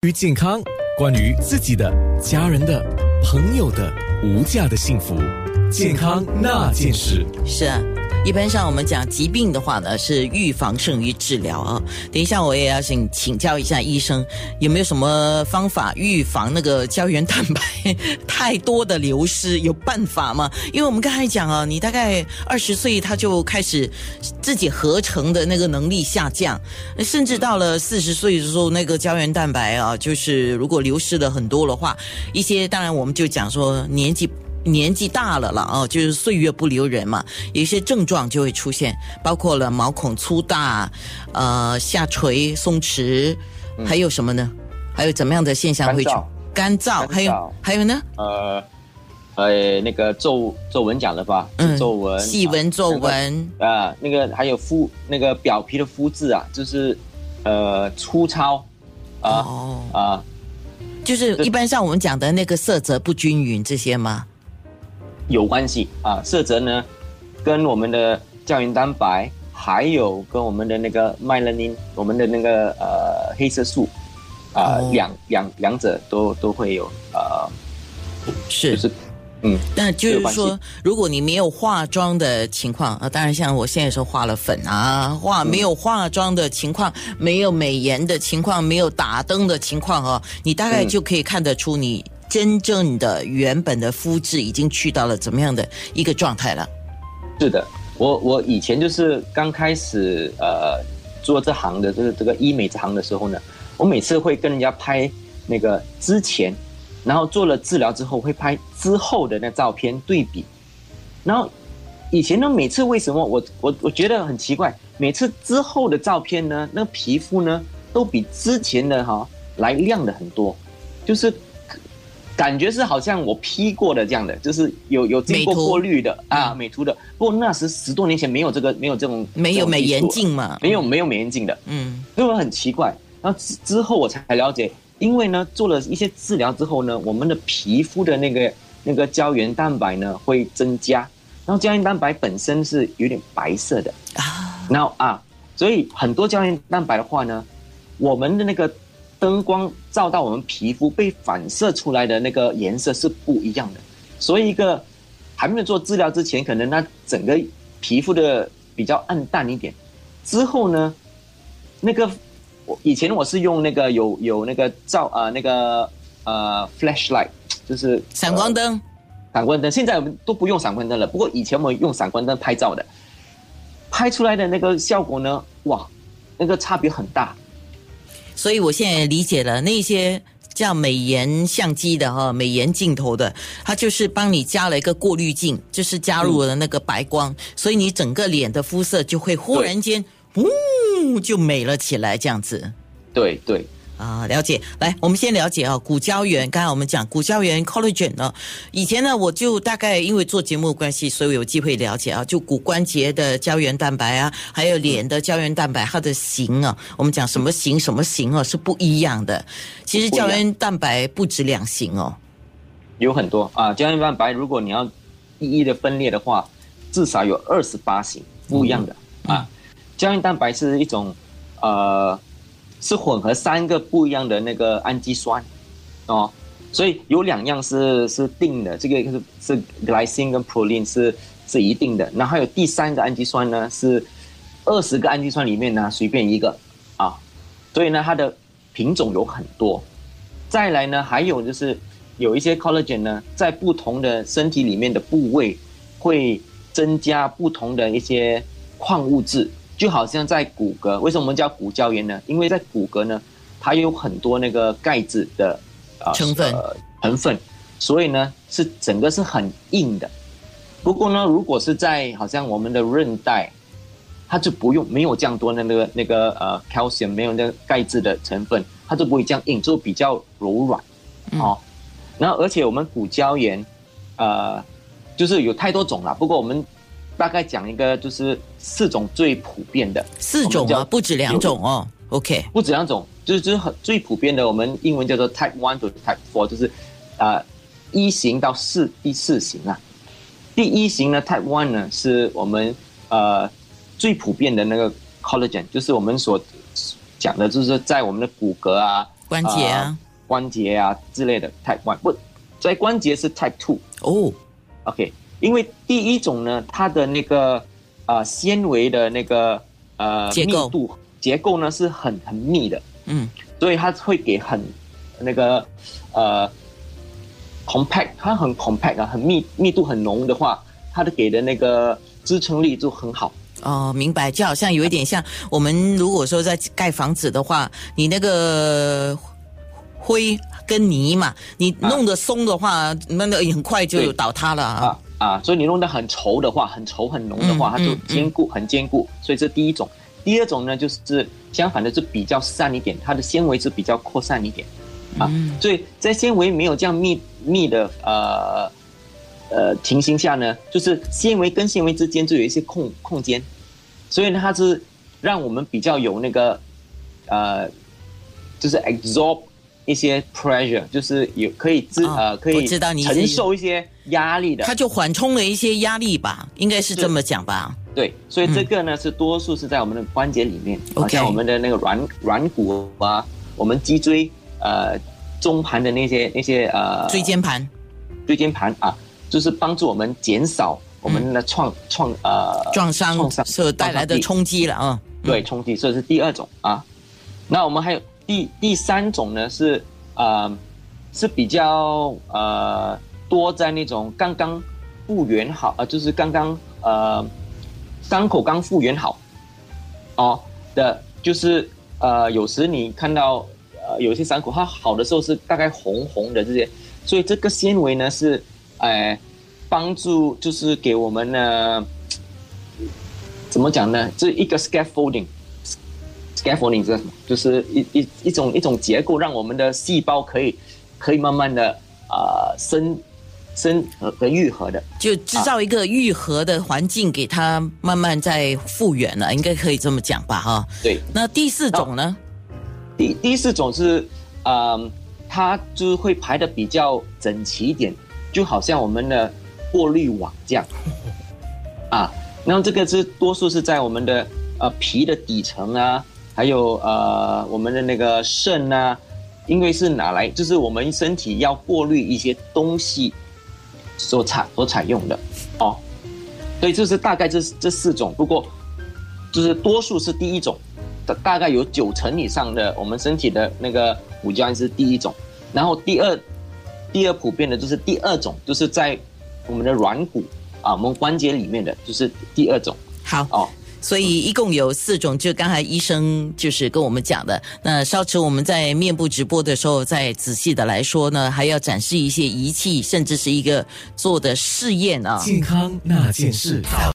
于健康，关于自己的、家人的、朋友的无价的幸福。健康那件事。 是啊，一般上我们讲疾病的话呢，是预防胜于治疗啊。等一下我也要请教一下医生，有没有什么方法预防那个胶原蛋白太多的流失？有办法吗？因为我们刚才讲啊，你大概20岁他就开始自己合成的那个能力下降，甚至到了40岁的时候，那个胶原蛋白啊，就是如果流失了很多的话，一些当然我们就讲说年纪大了啊，就是岁月不留人嘛，有一些症状就会出现，包括了毛孔粗大、下垂松弛，还有什么呢？还有怎么样的现象会出？干燥，还有呢？ 那个皱纹讲了吧？皱纹、 细纹、皱纹那个还有那个表皮的肤质啊，就是粗糙就是一般上我们讲的那个色泽不均匀这些吗？ 有关系啊，色泽呢，跟我们的胶原蛋白，还有跟我们的那个 melanin， 我们的那个黑色素两者都会有是。 就是那就是说，如果你没有化妆的情况当然像我现在说化了粉没有化妆的情况，没有美颜的情况，没有打灯的情况你大概就可以看得出你真正的原本的肤质已经去到了怎么样的一个状态了。 是的，我以前就是刚开始做这行的这个医美这行的时候呢，我每次会跟人家拍那个之前，然后做了治疗之后会拍之后的那照片对比，然后以前呢每次为什么我觉得很奇怪，每次之后的照片呢，那个皮肤呢都比之前的来亮的很多，就是感觉是好像我 P 过的这样的，就是有经过过滤的美图的。不过那时10多年前没有这种没有美颜镜嘛， 没有美颜镜的，所以我很奇怪。然后之后我才了解，因为呢做了一些治疗之后呢，我们的皮肤的那个胶原蛋白呢会增加，然后胶原蛋白本身是有点白色的然后所以很多胶原蛋白的话呢，我们的那个灯光照到我们皮肤被反射出来的那个颜色是不一样的，所以一个还没有做治疗之前，可能那整个皮肤的比较暗淡一点。之后呢，那个以前我是用那个有那个flashlight， 就是闪光灯， 现在我们都不用闪光灯了。不过以前我们用闪光灯拍照的，拍出来的那个效果呢，哇，那个差别很大。 所以我现在理解了，那些叫美颜相机的美颜镜头的，它就是帮你加了一个过滤镜，就是加入了那个白光，所以你整个脸的肤色就会忽然间就美了起来，这样子。 对了解。来，我们先了解骨胶原。刚才我们讲骨胶原 collagen 以前呢我就大概因为做节目的关系，所以有机会了解就骨关节的胶原蛋白还有脸的胶原蛋白，它的型我们讲什么型是不一样的。其实胶原蛋白不止2型有很多胶原蛋白如果你要一一的分裂的话，至少有28型不一样的胶原蛋白是一种是混合3个不一样的那个氨基酸所以有2样是定的，这个是 glycine 跟 proline 是一定的，然后还有第3个氨基酸呢是20个氨基酸里面呢随便一个所以呢它的品种有很多。再来呢还有就是有一些 collagen 呢在不同的身体里面的部位会增加不同的一些矿物质，就好像在骨骼，为什么我们叫骨胶原呢？因为在骨骼呢它有很多那个钙质的成分，所以呢是整个是很硬的。不过呢如果是在好像我们的韧带，它就没有这样多的那个calcium， 没有那个钙质的成分，它就不会这样硬，就比较柔软然后而且我们骨胶原就是有太多种了，不过我们大概讲一个就是4种最普遍的。 4种不止2种OK， 不止2种，就是最普遍的，我们英文叫做 Type 1 to Type 4， 就是1型到第4型第1型呢 Type 1呢是我们最普遍的那个 collagen， 就是我们所讲的，就是在我们的骨骼关节啊、 关节啊之类的 Type 1，不，在关节是 Type 2。 哦 OK， 因为第一种呢，它的那个纤维的那个结构呢是很密的，所以它会给很那个compact， 它很 compact 啊，很密度很浓的话，它的给的那个支撑力就很好。 哦，明白，就好像有一点像我们如果说在盖房子的话，你那个灰跟泥嘛，你弄得松的话，那很快就倒塌了所以你弄得很稠的话，很浓的话，它就很坚固。所以这第一种。第二种呢，就是相反的，是比较散一点，它的纤维是比较扩散一点所以在纤维没有这样密的情形下呢，就是纤维跟纤维之间就有一些空间，所以呢，它是让我们比较有那个就是 absorb 一些 pressure， 就是有可以承受一些压力的， 它就缓冲了一些压力吧，应该是这么讲吧。 对，所以这个呢是多数是在我们的关节里面，好像我们的那个软骨啊，我们脊椎中盘的那些椎间盘就是帮助我们减少我们的撞伤所带来的冲击了对，冲击，这是第二种那我们还有第三种呢是比较多在那种刚刚复原好就是刚刚伤口刚复原好的，就是有时你看到有些伤口它好的时候是大概红红的这些，所以这个纤维呢是帮助，就是给我们呢怎么讲呢？这一个 scaffolding 是什么？就是一种结构，让我们的细胞可以慢慢的生和愈合的， 就制造一个愈合的环境，给它慢慢再复原了，应该可以这么讲吧？ 对。 那第四种呢？ 第四种是它就会排的比较整齐一点，就好像我们的过滤网这样然后这个是多数是在我们的皮的底层还有我们的那个肾因为是拿来就是我们身体要过滤一些东西所采用的所以就是大概这四种，不过就是多数是第一种，大概有90%以上的我们身体的那个骨胶原是第一种，然后第二普遍的就是第二种，就是在我们的软骨我们关节里面的就是第二种。 好所以一共有4种，就刚才医生就是跟我们讲的。那稍迟我们在面部直播的时候再仔细的来说呢，还要展示一些仪器，甚至是一个做的试验健康那件事。